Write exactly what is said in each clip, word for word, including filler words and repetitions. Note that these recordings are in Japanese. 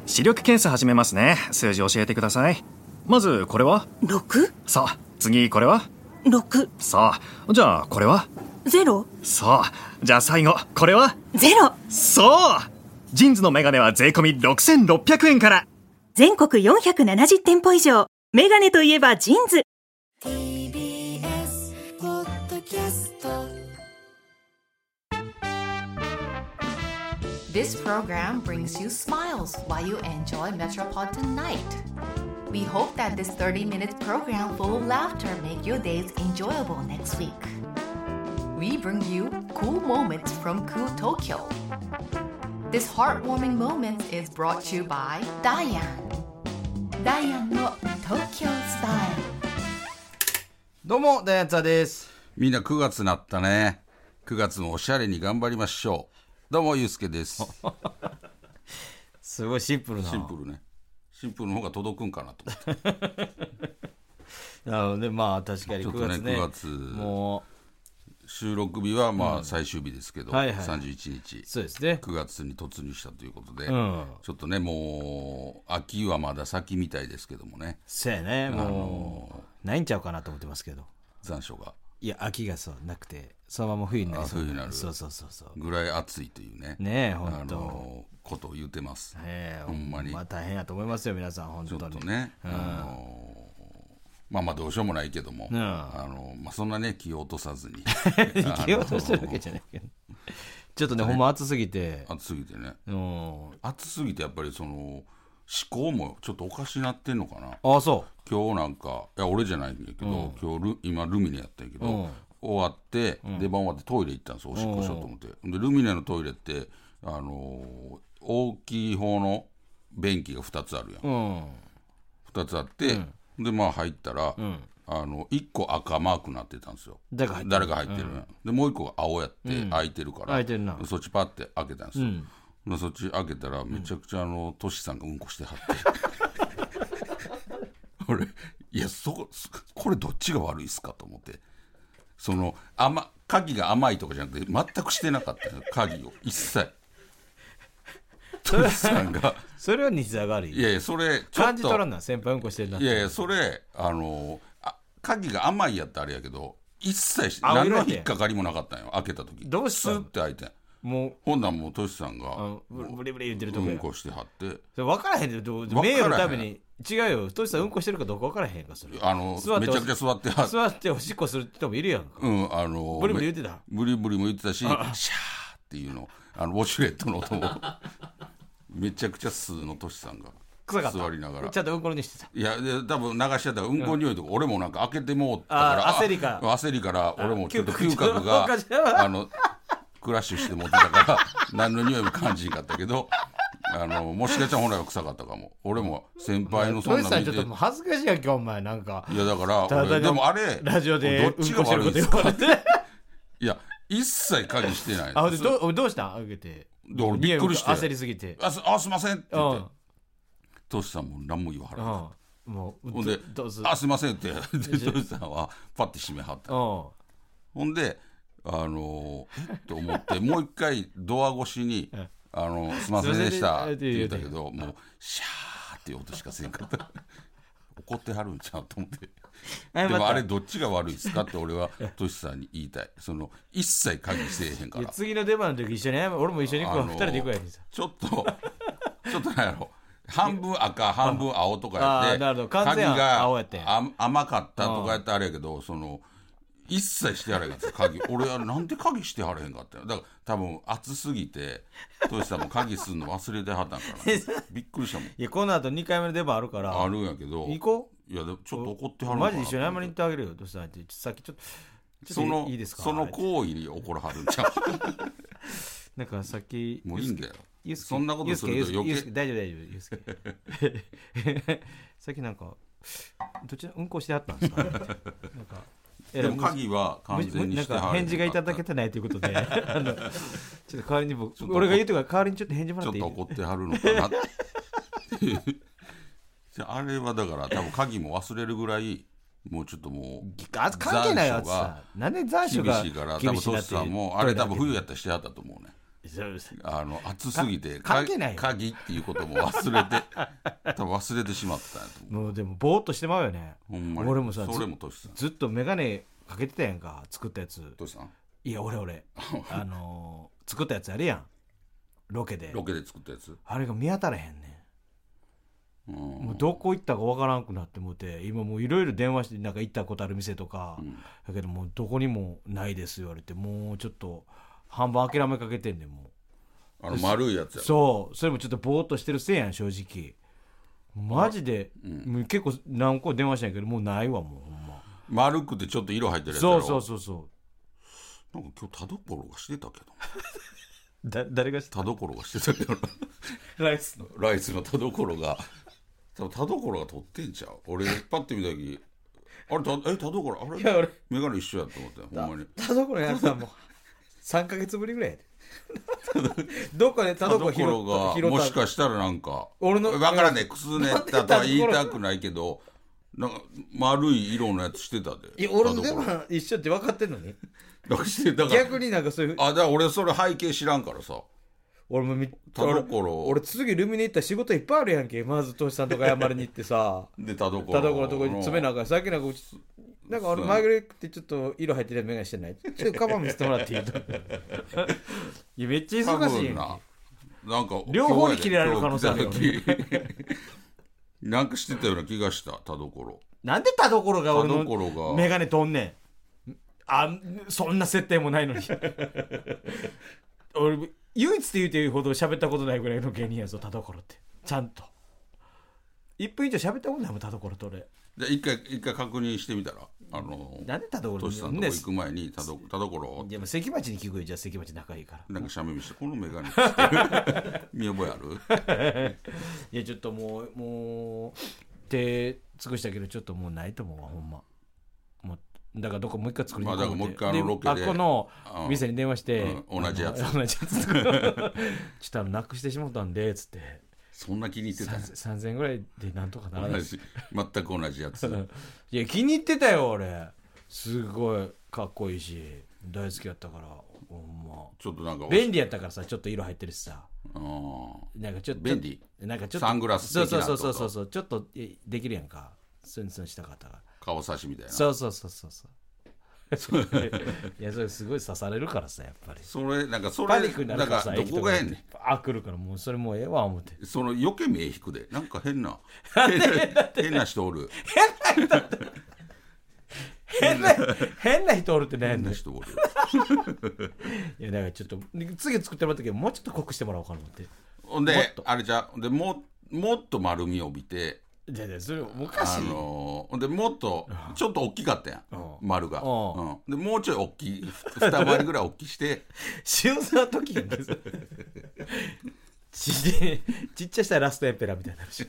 視力検査始めますね。数字教えてください。まずこれはろく? さあ次これはろく。 さあじゃあこれはゼロ。 さあじゃあ最後これはゼロ。 そうジンズのメガネは税込みろくせんろっぴゃくえんから。 全国よんひゃくななじゅってんぽ以上。メガネといえばジンズ。 ティービーエス ポッドキャスト。 This program brings you smiles while you enjoy Metropolitan Night. We hope that this thirty minute program full of laughter make your days enjoyable next week. We bring you cool moments from cool Tokyo. This heartwarming moment is brought to you by Diane. Diane の Tokyo Style。 どうもダイアンツァです。 みんなくがつなったね。くがつもおしゃれに頑張りましょう。どうもゆうすけです。 すごいシンプルな。 シンプルね。シンプルの方が届くんかなと思ってなのでまあ確かにくがつね、 ちょっとねくがつもう収録日はまあ最終日ですけど、 うんはいはい、 さんじゅういちにち、 そうですね、 くがつに突入したということで、 うん、 ちょっとねもう秋はまだ先みたいですけどもね。 そうやね、もう、あのー、ないんちゃうかなと思ってますけど、 残暑がいや秋がそうなくてそのまま冬になりそうな、 冬になるそうそうそうそうぐらい暑いというね、 ねえ本当、 あのー、ことを言ってます、 えー、 ほんまに、 まあ、大変やと思いますよ皆さん本当に。 ちょっとね、うん、あのーまあまあどうしようもないけども、うん、あのまあ、そんなね気を落とさずに気を落としてるわけじゃないけどちょっとねほんま暑すぎて暑すぎてね、 うん、 暑すぎてやっぱりその思考もちょっとおかしなってんのかな。 ああそう今日なんかいや俺じゃないんだけど、うん、今日ル今ルミネやったんやけど、うん、終わって、うん、出番終わってトイレ行ったんですよ、おしっこしようと思って、うん、でルミネのトイレってあのー、大きい方の便器がふたつあるやん、うん、ふたつあって、うんでまあ入ったら、うん、あのいっこ赤マークになってたんですよ。誰が入ってる、うん、でもういっこが青やって、うん、開いてるから、そっちパッて開けたんですよ、うん、そっち開けたらめちゃくちゃあのトシさんがうんこしてはって俺いやそこれどっちが悪いっすかと思って、その甘鍵が甘いとかじゃなくて全くしてなかったよ鍵を一切トシさんがそれは日差が悪い。 いやいやそれちょっと感じ取らんな先輩うんこしてるな。 いやいやそれあのあ鍵が甘いやったらあれやけど一切し何の引っかかりもなかったんよ。開けた時どうしたスッて開いてもうほんならもうトシさんがブリブリ言ってるとこうんこしてはってそれ分からへんで名誉のために違うよトシさんうんこしてるかどうか分からへんかそれあのめちゃくちゃ座っては座っておしっこする人もいるやんか。 うんあのブリブリ言ってたブリブリも言ってたしシャーっていうのあのウォシュレットの音もめちゃくちゃ吸うのトシさんが臭かった座りながらちゃんとうんこにしてた。 いやで多分流しちゃったからうんこ匂いとか、うん、俺もなんか開けてもうたから焦りか焦りから俺もちょっと嗅覚があのクラッシュして持ってたから何の匂いも感じんかったけどあのもしかしたら本来は臭かったかも。俺も先輩のそんな見てトシさんちょっともう恥ずかしいやんけお前なんか。 いやだから俺でもあれラジオでどっちが悪いですかいや一切鍵してない。 あで ど, どうしたん開けてで俺びっくりして焦りすぎてあ, すあすいませんって言ってトシさんも何も言わはらなかった。 もうほんであすいませんってトシさんはパッて閉めはった。ほんであのえっと思ってもう一回ドア越しにあのすいませんでしたって言ったけどもうシャーって音しかせんかった怒ってはるんちゃうと思ってでもあれどっちが悪いですかって俺はトシさんに言いたい。その一切鍵せえへんから。 次の出番の時一緒に俺も一緒に行くわふたりで行くやんさ。 ちょっとちょっとなんやろ半分赤半分青とかやって鍵が甘かったとかやってあれやけどその一切してはれへんかった鍵俺はなんで鍵してはれへんかっただから多分暑すぎてトシさんも鍵するの忘れてはったんかなびっくりしたもん。いやこの後にかいめの出番あるからあるんやけど行こう。いやでもちょっと怒ってはるのかなマジ一緒に謝りに行ってあげるよトシさんってさっきちょっとそのいいですかその行為に怒らはるんちゃうなんかさっきもういいんだよそんなことすると余計大丈夫大丈夫ユースケさっきなんかどちらうんこしてあったんですかなんかでも鍵は完全にしてはれへんかった。 返事がいただけてないということであのちょっと代わりに僕俺が言うとから代わりにちょっと返事もらっていい。 ちょっと怒ってはるのかなあれはだから多分鍵も忘れるぐらいもうちょっともう関係ないやつさなんで残暑が厳しいから多分トシさんもあれ多分冬やったらしてはったと思うね。 あの暑すぎて関係ないよ鍵っていうことも忘れて多分忘れてしまったんやと思う。 もうでもぼーっとしてまうよね。 ほんまに俺もさそれもトシさんずっとメガネかけてたやんか、作ったやつ。 トシさんいや俺俺あのー、作ったやつあるやん、ロケで。 ロケで作ったやつ、 あれが見当たらへんねうん、 ん。もうどこ行ったかわからんくなってもうて、今もういろいろ電話してなんか行ったことある店とか、 うん、 だけどもうどこにもないです言われて、もうちょっと半分諦めかけてんねん。もうあの丸いやつやろ。 そう、それもちょっとぼーっとしてるせいやん正直。マジで、うん、もう結構何個電話したんやけどもうないわ、もうほんま。 丸くてちょっと色入ってるやつやろ。 そうそうそうそう。 なんか今日田所がしてたけどだ誰がしてた田所がしてたけどライスのライスの田所が多分田所が撮ってんちゃう。俺パッて見た時あれたえ田所あれいや俺メガネ一緒やと思ったよほんまに。 田所やるさんもうさんかげつぶりぐらいやでどこで田所拾ったがもしかしたらなんか俺の分からんねくすねったとは言いたくないけどなんか丸い色のやつしてたで。 いや俺のでも一緒って分かってんのにだから逆になんかそういうあだから俺それ背景知らんからさ。 俺もみ田所俺, 俺次ルミネ行ったら仕事いっぱいあるやんけ。まずトシさんとか謝りに行ってさで田所田所のとこに詰めなあかん。さっきなんかうちなんか俺前ぐらいってちょっと色入ってるメガネしてないちょっとカバン見せてもらっていいといやめっちゃ忙しいやんな。なんか両方に切れられる可能性あるよねなんかしてたような気がした田所。 なんで田所が俺のメガネとんねん。あそんな設定もないのに俺唯一って言うていうほど喋ったことないぐらいの芸人やぞ田所って。ちゃんといっぷん以上喋ったことないもん田所と俺。 じゃあ一回一回確認してみたらあのなんで田所トシさんとこ行く前に田所田所いや関町に聞くよ。じゃあ関町仲いいからなんかしゃべみしてこのメガネ見覚えあるいやちょっともうもう手尽くしたけどちょっともうないと思うわほんま。もうだからどこもう一回作りに行こうって、 まあ、だからもう一回あのロケであこの店に電話して、 うん、同じやつ同じやつちょっとなくしてしまったんでつってそんな気に入ってたさんぜんえんぐらいでなんとかならない。 全く同じやついや気に入ってたよ俺。すごいかっこいいし大好きやったからほんま。 ちょっとなんか便利やったからさちょっと色入ってるしさなんかちょっと便利なんかちょっとサングラス的なそうそうそうそうそうちょっとできるやんかスンスンした方が顔差しみたいな。 そうそうそうそうそういやそれすごい刺されるからさやっぱりそれなんかそれパニックになるからさどこが変ねんあ来るからもうそれもうええわ思ってその余計目引くでなんか変な変な人おる変な人変な変な人おるってね変な人おるいやだからちょっと次作ってもらったけどもうちょっと濃くしてもらおうかなと思って。 ほんであれじゃでももっと丸みを帯びてじゃあそれおかしい、 あのー、でもっとちょっと大きかったやん、うん、丸が、うん、でもうちょい大きい二回りぐらい大きして塩沢時やんですち, ちっちゃしたラストエンペラみたいになるし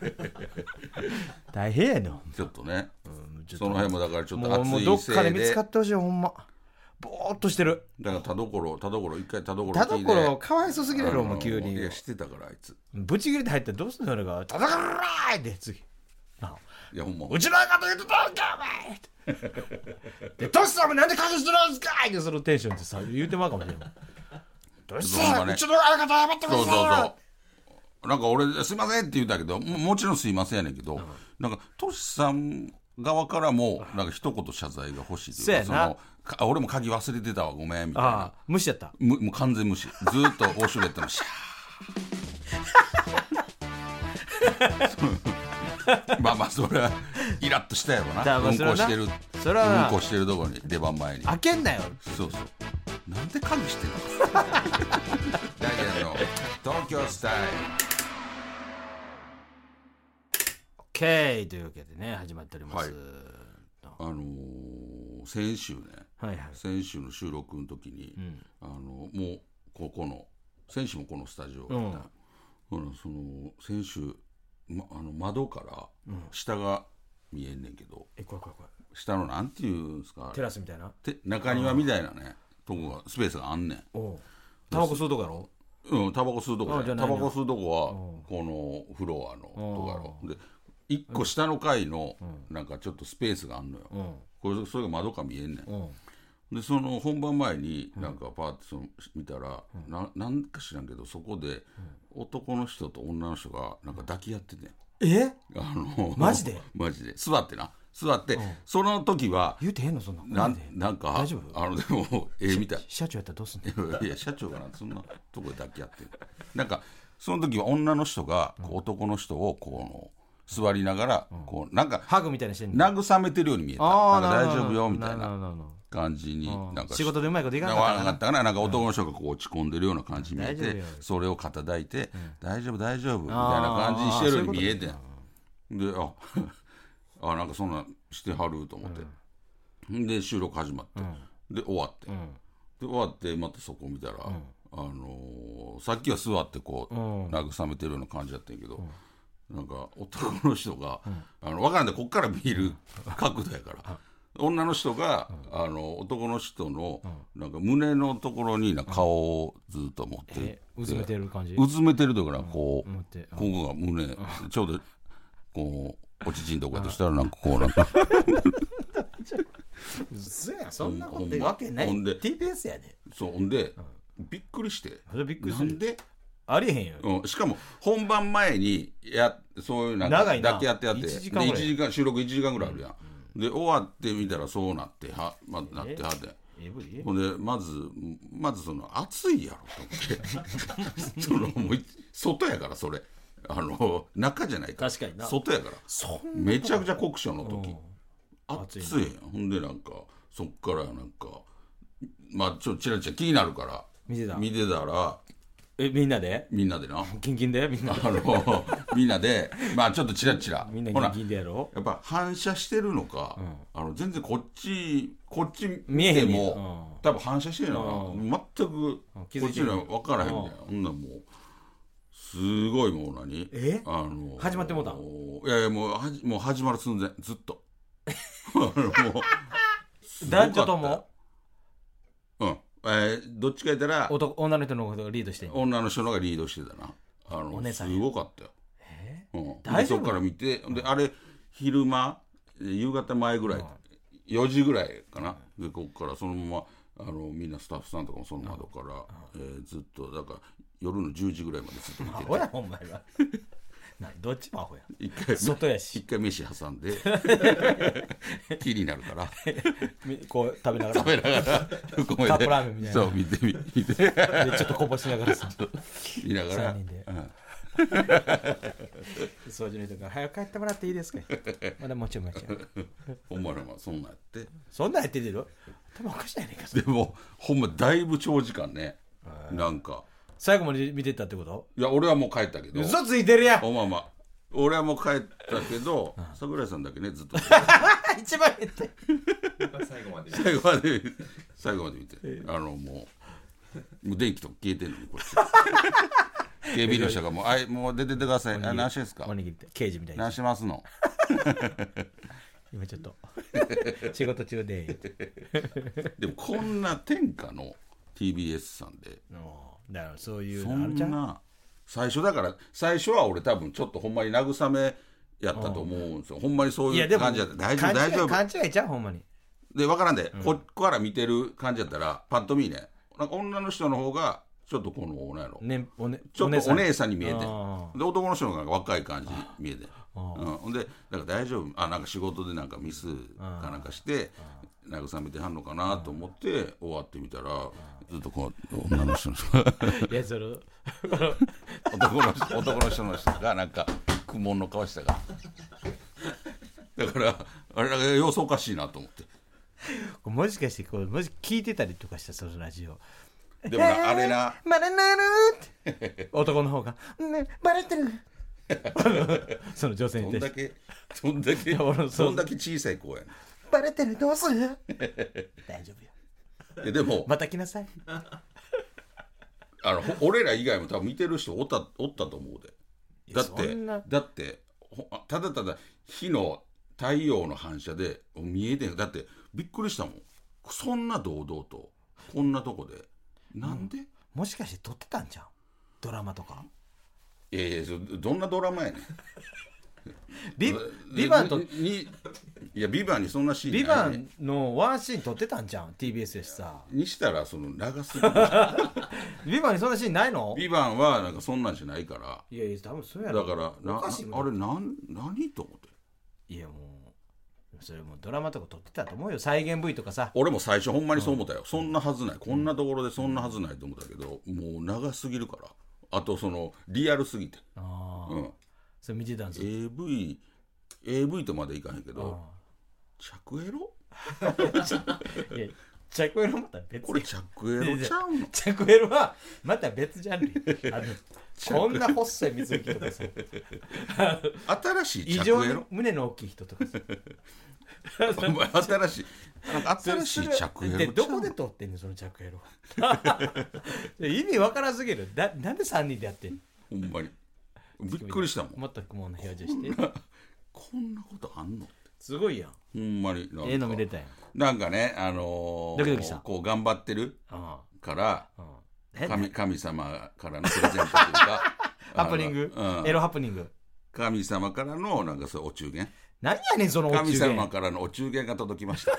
大変やのちょっとね、 うん、ちょっとその辺もだからちょっと暑いせいでもうどっかで見つかってほしいほんまぼーっとしてる。 だから田所田所一回田所田所かわいそうすぎるやろもう急に。 いやしてたからあいつブチ切れて入ったらどうすんの俺が田所ーいって次いやほんまうちの相方言ってたんかお前でトシさんもなんで隠してるんすかいってそのテンションってさ言うてまうかもしれないトシさん、ね、うちの相方謝ってくださいよ。そうそうそうなんか俺すいませんって言ったけど も, もちろんすいませんやねんけど、うん、なんかトシさん側からもなんか一言謝罪が欲しいというかその俺も鍵忘れてたわごめんみたいな。 あ無視やったもう完全無視ずっとウォシュレットのシャーまあまあそれはイラッとしたやろな。うんこしてるそれはうんこしてるとこに出番前に開けんなよ。 そうそうなんで鍵してんのダイアンの東京スタイル。 OK というわけでね始まっております、はい、 あのー、先週ね、 はいはい、 先週の収録の時に、うん、あのもうここの先週もこのスタジオだった、うん、その先週、ま、あの窓から下が見えんねんけど、うん、 え怖い怖い怖い下のなんていうんですかテラスみたいなて中庭みたいなねとこがスペースがあんねん。 おタバコ吸うとこやろ。 うんタバコ吸うとこや。タバコ吸うとこはこのフロアのとこやろ。で一個下の階のなんかちょっとスペースがあんのよ、うん、これそれが窓から見えんねん、 でその本番前になんかパーッとその見たら、うん、な, なんか知らんけどそこで男の人と女の人がなんか抱き合ってて、 えあのマジでマジで座ってな座って、うん、その時は言うてへんのそんななんなんか大丈夫？ あのでもええみたい。 社長やったらどうすんの？ いや社長がなんそんなとこで抱き合ってるなんかその時は女の人がこう男の人をこう座りながらこうなんかハグみたいにしてんの慰めてるように見えた。なんか大丈夫よみたいな感じになんか仕事でうまいこといかなかったかな。なんか男の人がこう落ち込んでるような感じに見えて、それを肩抱いて大丈夫大丈夫みたいな感じにしてるように見えてんで、ああなんかそんなしてはると思って、で収録始まってで終わってで終わってまたそこ見たら、あのー、さっきは座ってこう慰めてるような感じだったんやけど、なんか男の人が、あの分からんでこっから見る角度やから女の人が、あの男の人のなんか胸のところにな顔をずっと持って、 うずめてる感じ、 うずめてるところがこう、ここが胸ちょうどこうおちちんとこやとしたらなんかこうなんかうそやそんなことわけない。 ティービーエス やで。 そうほんでびっくりしてびっくりするなんでありへんよ、 うん、しかも本番前にやそういうなんか長いなだけやってやっていちじかんぐらいでいちじかん収録いちじかんぐらいあるやん、うん、で終わってみたらそうなっては、まあ、なってはってほんでまずまずその暑いやろと思ってそのもう外やからそれあの中じゃないから確かにな外やからめちゃくちゃ酷暑の時、うん、暑いやん。ほんでなんかそっからなんかまあちょっとチラチラ気になるから見てた見てたらえみんなでみんなでなキンキンでみんなあのみんなでまあちょっとチラチラみんなキンキンでやろやっぱ反射してるのか、うん、あの全然こっちこっち見えへんも、 うん、多分反射してるのか、うん、全くこっちには分からへんみたいな。ほんならもうすごいもう何えあの始まってもうたん？ いやいやもうはじもう始まる寸前ずっともう男女ともうんえー、どっちか言ったら女の人のことがリードしてんの？ 女の人のがリードしてたな。あのお姉さんすごかったよ。 えーうん、 大丈夫？ そっから見てであれ昼間夕方前ぐらい、うん、よじぐらいかな、でこっからそのままあのみんなスタッフさんとかもその窓から、うんえー、ずっとだから夜のじゅうじぐらいまでずっと見てて。 アホやお前はどっちもアホや。 一回外やし一回飯挟んで気になるからこう食べながら食べながらカップラーメンみたいなそう見てみ見てでちょっとこぼしながらさ見ながらさんにんで、うん、掃除の人が早く帰ってもらっていいですかまだもちろんもちろんほんまにそんなんやってそんなんやってるよ多分おかしないねんか。 でもほんまだいぶ長時間ねなんか最後まで見てたってこと？ いや俺はもう帰ったけど。 嘘ついてるやん。 おまあまあ俺はもう帰ったけど櫻井さんだけねずっと一番言って最後まで最後まで最後まで見てあのもうもう電気とか消えてるのにこっち警備の人がもうあいもう出ててください。あ何してんすか？ おにぎりって刑事みたいな何してますの今ちょっと仕事中ででもこんな天下の ティービーエス さんでだからそういうそんな最初だから最初は俺多分ちょっとほんまに慰めやったと思うんですよ。ほんまにそういう感じだった。大丈夫大丈夫勘違いちゃうほんまにで分からんで、うん、こっから見てる感じだったらパッと見ねなんか女の人の方がちょっとこの何やろ、ねおね、ちょっとお姉さんに見えてで男の人の方が若い感じに見えてほんでだから大丈夫あなんか仕事でなんかミスかなんかして慰めてはんのかなと思って終わってみたらずっとこう女の人の人がいやそれ男の人男の人の人がなんか苦悶の顔したからだからあれだけ様子おかしいなと思ってもしかしてこうもし聞いてたりとかしたそのラジオでもな、えー、あれなバレなるって男の方が、ね、バレてるその女性に対してどんだけどんだけそんだけ小さい子やねバレてるどうする大丈夫よいやでもまた来なさいあの俺ら以外も多分見てる人おったおったと思うでだってだってただただ火の太陽の反射で見えてんだってびっくりしたもんそんな堂々とこんなとこでなんで、うん、 もしかして撮ってたんじゃんドラマとかいやいやどんなドラマやねんビビバンとにいやビバンにそんなシーンビバないねンのワンシーン撮ってたんじゃん ティービーエス でさにしたらその長すぎるビバンにそんなシーンないの？ ビバンはなんかそんなんじゃないからいやいや多分そうやろだからなおかしいもんあれなん何と思っていやもうそれもドラマとか撮ってたと思うよ再現 V とかさ俺も最初ほんまにそう思ったよ、うん、そんなはずないこんなところでそんなはずないと思ったけど、うん、もう長すぎるからあとそのリアルすぎてああ、 うん、 それ見てたんですよエーブイ エーブイ とまでいかへんけど着エロいや着エロまた別これ着エロちゃうの着エロはまた別ジャンルあのこんな細い水着とかさ新しい着エロ異常に胸の大きい人とかさお前新しいなんか新しい着エロでどこで撮ってんのその着エロ意味わからすぎるだなんでさんにんでやってんのほんまにびっくりしたもんもっと雲の表情してこんなことあんのすごいやんほんまにええの見れたやんなんかねあのー、 ドキドキしたこう頑張ってるからうん神, 神様からのプレゼントというかハプニング、うん、エロハプニング神様からのなんかそうお中元何やねんそのお中元神様からのお中元が届きました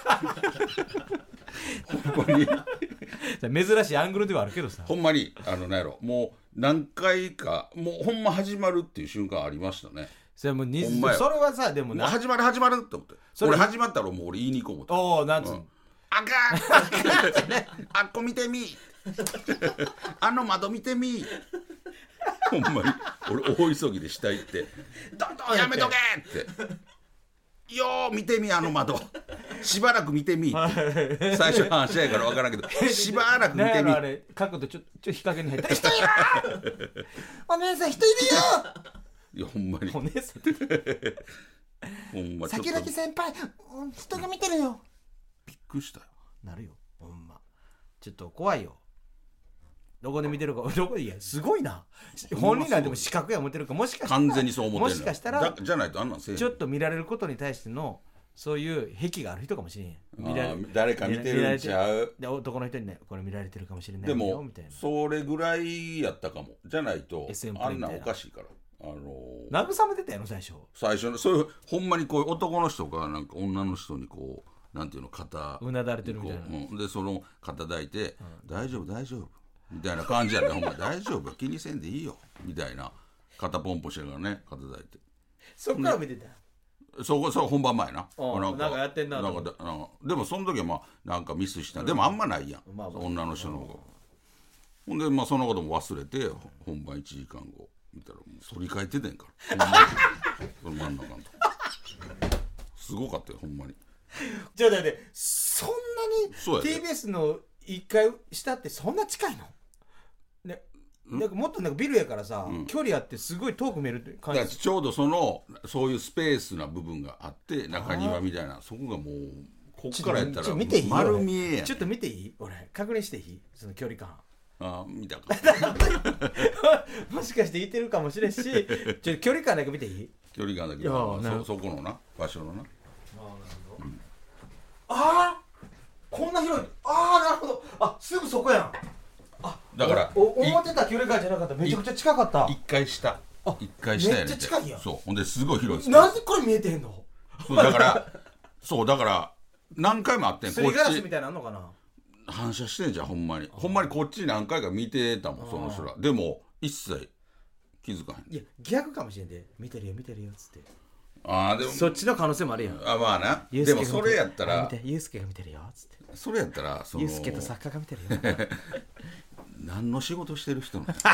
ほんまに珍しいアングルではあるけどさほんまにあのなんやろもう何回かもうほんま始まるっていう瞬間ありましたねそれもにそれはさでももう始まる始まるって思って俺始まったらもう俺言いに行こう思っておおなんつうの、うん、 あかんあっこ見てみあの窓見てみほんまに俺大急ぎで下行ってどんどんやめとけってよー見てみあの窓しばらく見てみって最初反射やから分からんけどしばらく見てみあれ角度ちょっと日陰に入って人いるお姉さん人いるよいやほんまにお姉さんってほんま先々先輩人が見てるよびっくりしたよなるよほんまちょっと怖いよどこで見てるかどこでいやすごいな本人なんでも視覚や思ってるかもしかしたら完全にそう思ってるもしかしたらじゃないとあんなんせえへんちょっと見られることに対してのそういう癖がある人かもしれん見られ誰か見てるんちゃうで男の人にねこれ見られてるかもしれないでもみたいなそれぐらいやったかもじゃないとエスエムあんなんおかしいからあのー、 慰めてたやろ最初最初のそういうほんまにこういう男の人がなんか女の人にこうなんていうの肩うなだれてるみたいな、 うん、でその肩抱いて、うん、大丈夫大丈夫みたいな感じやねほんま大丈夫気にせんでいいよみたいな肩ポンポンしてからね肩抱いてそっから見てたそこそう本番前ななんかやってんななんかなんかでもその時はまあなんかミスした、うん、でもあんまないやん、まあまあ、女の人の方が、うん、ほんでまあそのことも忘れて本番いちじかんご見たらもう反り返っててんからその真ん中のとすごかったよほんまにじゃあだってそんなに ティービーエス のいっかい下ってそんな近いのねなんかもっとなんかビルやからさ、うん、距離あってすごい遠く見えるって感じ。 ちょうどそのそういうスペースな部分があって中庭みたいなそこがもうこっからやったら丸見えやん。 ちょっと見ていい俺確認していいその距離感。 ああ見たかもしかしていてるかもしれんしちょっと距離感だけ見ていい距離感だけそ, そこのな場所のな。ああ、うん、あこんな広い。ああなるほど。あすぐそこやん。あだから思ってた距離感じゃなかった。めちゃくちゃ近かった。 一回下一回下やねんて。 めっちゃ近いやん。 そうほんですごい広いです。 なんでこれ見えてへんの。 そうだからそうだから何回もあってん。 すりガラスみたいなのあんのかな。 反射してんじゃんほんまにほんまにこっち何回か見てたもんその人ら。でも一切気づかへん。 いや逆かもしれんで見てるよ見てるよっつって。 あでもそっちの可能性もあるやん。 あまあな。でもそれやったらユースケが見てるよっつって。 それやったらそのユースケと作家が見てるよ。 何の仕事してる人なの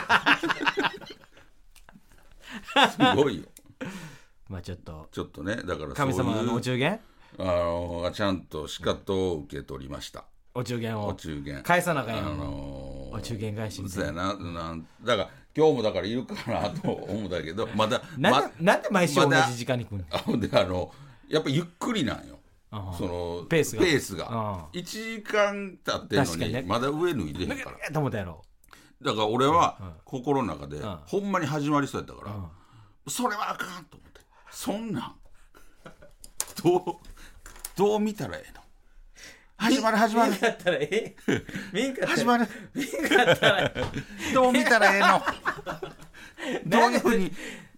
すごいよ。 まあちょっとちょっとねだから神様のお中元あのちゃんとしかと受け取りました。 お中元をお中元返さなあかんやん、あのー、お中元返しみたいな。 そうやななんだから今日もだからいるかなと思うんだけどまだなんで、ま、なんで毎週同じ時間に来るの。 であのやっぱゆっくりなんよ。そのペースがペースがいちじかん経ってんの に, にまだ上脱いでへんから。 と思ったやろ。 だから俺は心の中でほんまに始まりそうやったから、うん、それはあかんと思って。そんなんどうどう見たらええの。始まる始まる。 見んかったらええ。見んかったら始まる。 見んかったらどう見たらええの。どういうふうに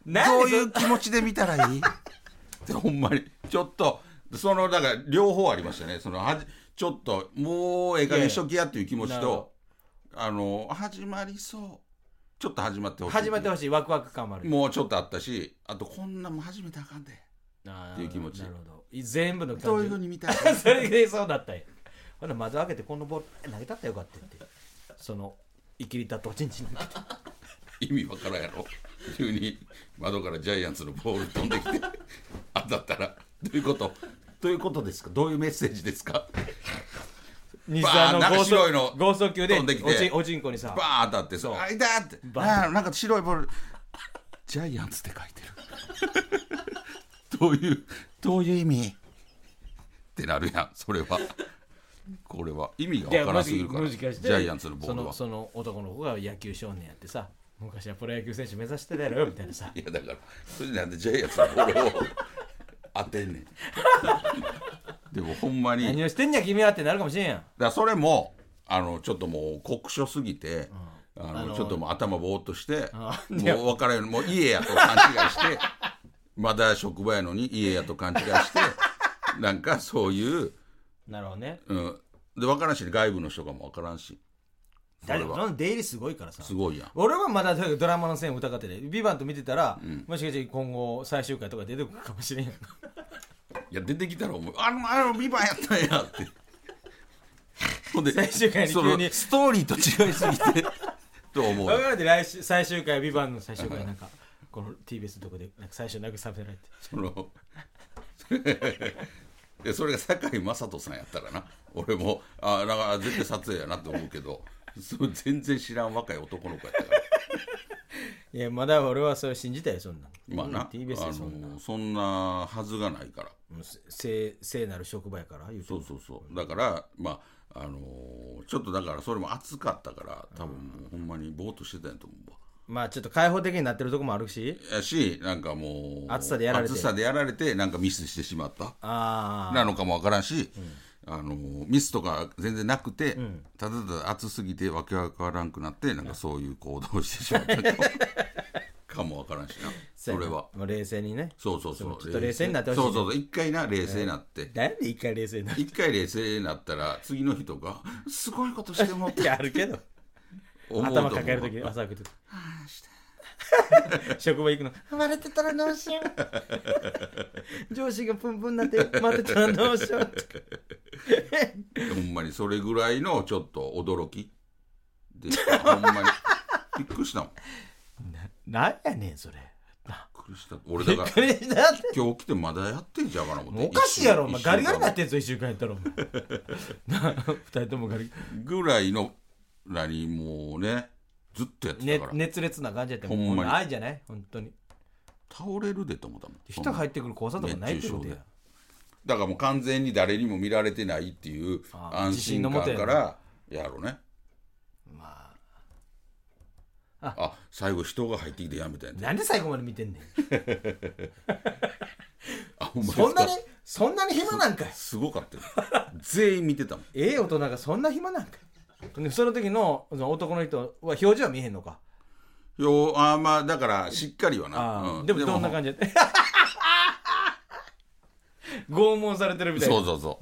どういう気持ちで見たらいいってほんまにちょっとそのだから両方ありましたね。そのはじちょっともうええ加減しときやっていう気持ちと、あの始まりそうちょっと始まってほしい始まってほしいワクワク感もある。 もうちょっとあったし、あとこんなんも始めたらあかんでっていう気持ち。 なるほど。全部の感じどういう風に見たいそれでそうだったよ。ほな窓開けてこのボール投げたったらよかったって。その生きりたとちんちん投げて意味わからんやろ。急に窓からジャイアンツのボール飛んできて当たったらどういうことどういうことですか。どういうメッセージですか。 西澤のなんか白いの剛速球で飛んできておちおちんこにさバーン当たってそうあいたってあなんか白いボールジャイアンツって書いてるどういうどういう意味ってなるやん。それはこれは意味がわからんすぎるからジャイアンツのボールはその、その男の子が野球少年やってさ昔はプロ野球選手目指してたやろみたいなさいやだからそれなんでジャイアンツのボールを当てんねんでもほんまに何をしてんねや君はってなるかもしれんやん。 だからそれもあのちょっともう酷暑すぎて、うん、あのあのー、ちょっともう頭ぼーっとしてもう分からんようにもう家やと勘違いしてまだ職場やのに家やと勘違いしてなんかそういうなるほどね、 うん、で分からんし、ね、外部の人かも分からんしだってその出入りすごいからさすごいやん。 俺はまだドラマの線を疑っててビバント見てたら、うん、もしかして今後最終回とか出てくるかもしれんやんいや出てきたら思うあのあのビバンやったんやってほんで最終回に急にストーリーと違いすぎてと思う。 分かるで来週最終回ビバンの最終回なんかこの ティービーエス のとこでなんか最初慰められてそのでそれが堺雅人さんやったらな俺もあなんか絶対撮影やなって思うけどそれ全然知らん若い男の子やったからいやまだ俺はそれ信じたよそんなまあなティービーエス でそんな、 あのそんなはずがないから聖聖なる職場やから言うそうそうそうだからまああのー、ちょっとだからそれも暑かったから多分もうほんまにぼーっとしてたんやと思うわ。 まあちょっと開放的になってるとこもあるしやしなんかもう暑さでやられて暑さでやられてなんかミスしてしまったあなのかもわからんし、うん、あのミスとか全然なくて、うん、ただただ暑すぎてわけわからんくなってなんかそういう行動をしてしまったかもわからんしなそれはもう冷静にねそうそうそうちょっと冷静になってほしい、ね、 そうそうそう一回な冷静になって、 えー、なんで一回冷静になって一回冷静になったら次の日とかすごいことしてもっていやあるけど頭抱えるとき朝起きて職場行くの割れてたらどうしよう上司がプンプンになって待ってたらどうしようほんまにそれぐらいのちょっと驚きでほんまにびっくりしたもんな、なんやねんそれびっくりした俺だから今日来てまだやってんじゃんかな思っておかしいやろお前ガリガリなってんぞいっしゅうかんやったらお前ふたりともガリぐらいの何もうねずっとやってたから、 ね、熱烈な感じやったほんまに愛じゃない本当に倒れるでと思ったもん人入ってくる交差とかないってことやだからもう完全に誰にも見られてないっていう安心感からやろうねまあ あ, あ最後人が入ってきてやめたんやなんで最後まで見てんねんあほんまそんなにそんなに暇なんかいすごかったよ全員見てたもんええ大人がそんな暇なんかいその時 の, その男の人は表情は見えへんのかよあまあだからしっかりはな、 うん、でもどんな感じやって拷問されてるみたいなそうそう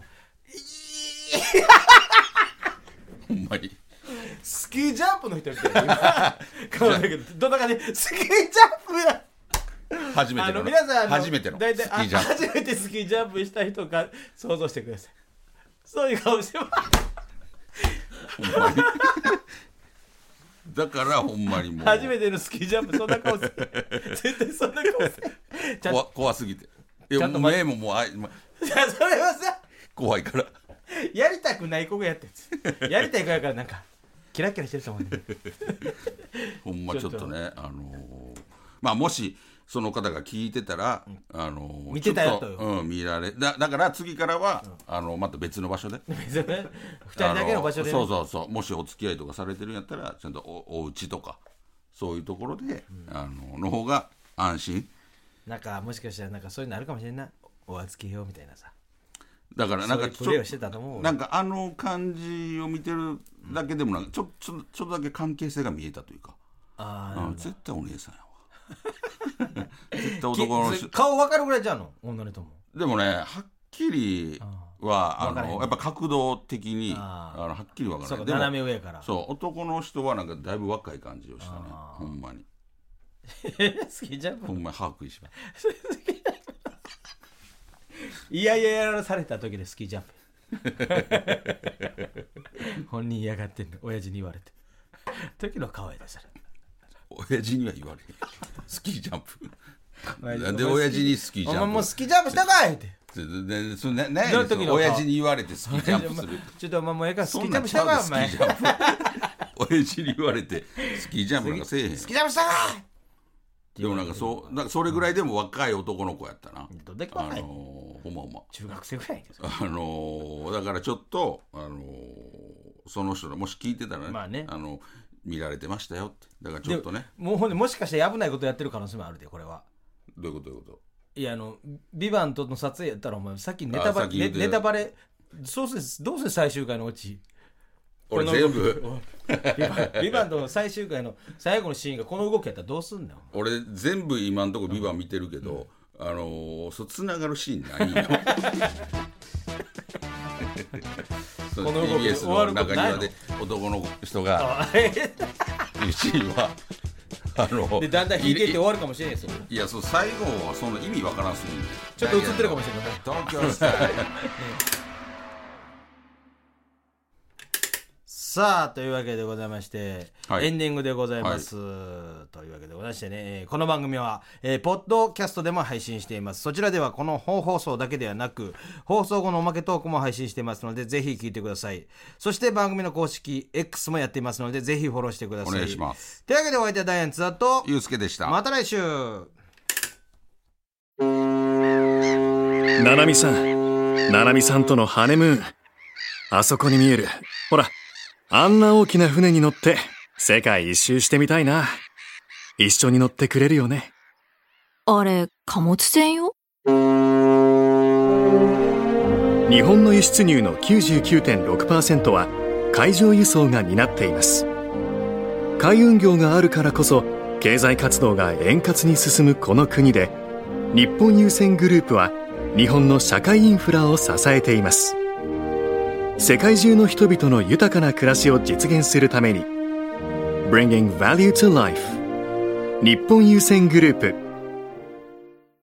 そうほんまにスキージャンプの人みたいな今だけどどんな感じスキージャンプや初めての皆さん初めてのスキージャンプ初めてスキージャンプした人が想像してくださいそういう顔してますほんまにだからほんまにもう初めてのスキージャンプそんな顔する絶対そんな顔する怖, 怖すぎていやもう目ももうあい、ま、 いやそれはさ怖いからやりたくない子がやってるやりたい子やからなんかキラキラしてると思うんでほんまちょっとねあのー、まあもしその方が聞いてたら、うんあのー、 見てたよと、 うん、見られ だ, だから次からは、うん、あのまた別の場所で別のねふたりだけの場所で、ね、 そうそうそうもしお付き合いとかされてるんやったらちゃんと お, お家とかそういうところで、うん、あのの方が安心なんかもしかしたらなんかそういうのあるかもしれんないお預けようみたいなさだからなんかちょなんかあの感じを見てるだけでもなんかちょちょちょっとだけ関係性が見えたというかああ絶対お姉さんやわ絶対男の人顔分かるぐらいじゃんの女の人も。 でもねはっきりはあ分からへんのやっぱ角度的にああのはっきり分からない。 そうか、 でも斜め上から。 そう男の人はなんかだいぶ若い感じをしたね。 あーほんまにスキージャンプほんまに歯食いしばいやいややらされた時でスキージャンプ本人嫌がってんの親父に言われて時の顔やでそれ。 親父には言われへんスキージャンプ親父なんで親父にスキージャンプお前もうスキージャンプしたかいってでそねねその時の顔親父に言われてスキージャンプするちょっとお前もうええからスキージャンプしそんなんちゃうたかお前でスキージャンプ親父に言われてスキージャンプなんかせえへんスキージャンプしたかいでもなんかそうなんかそれぐらいでも若い男の子やったな。 どんだけ若いあのー、ほんまほんま中学生ぐらいやけどあのー、だからちょっと、あのー、その人のもし聞いてたらね、 まあねあの見られてましたよってだからちょっとねもうほんでもしかして危ないことやってる可能性もあるでこれは。 どういうことどういうこといやあのビバントの撮影やったらお前さっきネタバレネあさっき言うてネタバレそうせどうせ最終回のオチ俺この全部ビバンビバントの最終回の最後のシーンがこの動きやったらどうすんのよ。 俺全部今んとこビバン見てるけど、うん、あのー、そうつながるシーンないよそのこの動きティービーエス終わるのことないの中庭で男の人がいうシーンはあのでだんだん引いてって終わるかもしれないですよ。 いやそう最後はその意味わからんすぎるちょっと映ってるかもしれない東京スタイルさあというわけでございまして、 はい、 エンディングでございます、はい、というわけでございましてね、この番組は、えー、ポッドキャストでも配信しています。そちらではこの本放送だけではなく放送後のおまけトークも配信していますのでぜひ聞いてください。そして番組の公式 X もやっていますのでぜひフォローしてください。 お願いします。 というわけでお相手はダイアン津田とゆうすけでした。 また来週。 ななみさんななみさんとのハネムーンあそこに見えるほらあんな大きな船に乗って世界一周してみたいな。一緒に乗ってくれるよね。 あれ、貨物船よ。 日本の輸出入の きゅうじゅうきゅうてんろくパーセント は海上輸送が担っています。海運業があるからこそ経済活動が円滑に進むこの国で日本郵船グループは日本の社会インフラを支えています。世界中の人々の豊かな暮らしを実現するために Bringing Value to Life 日本郵船グループ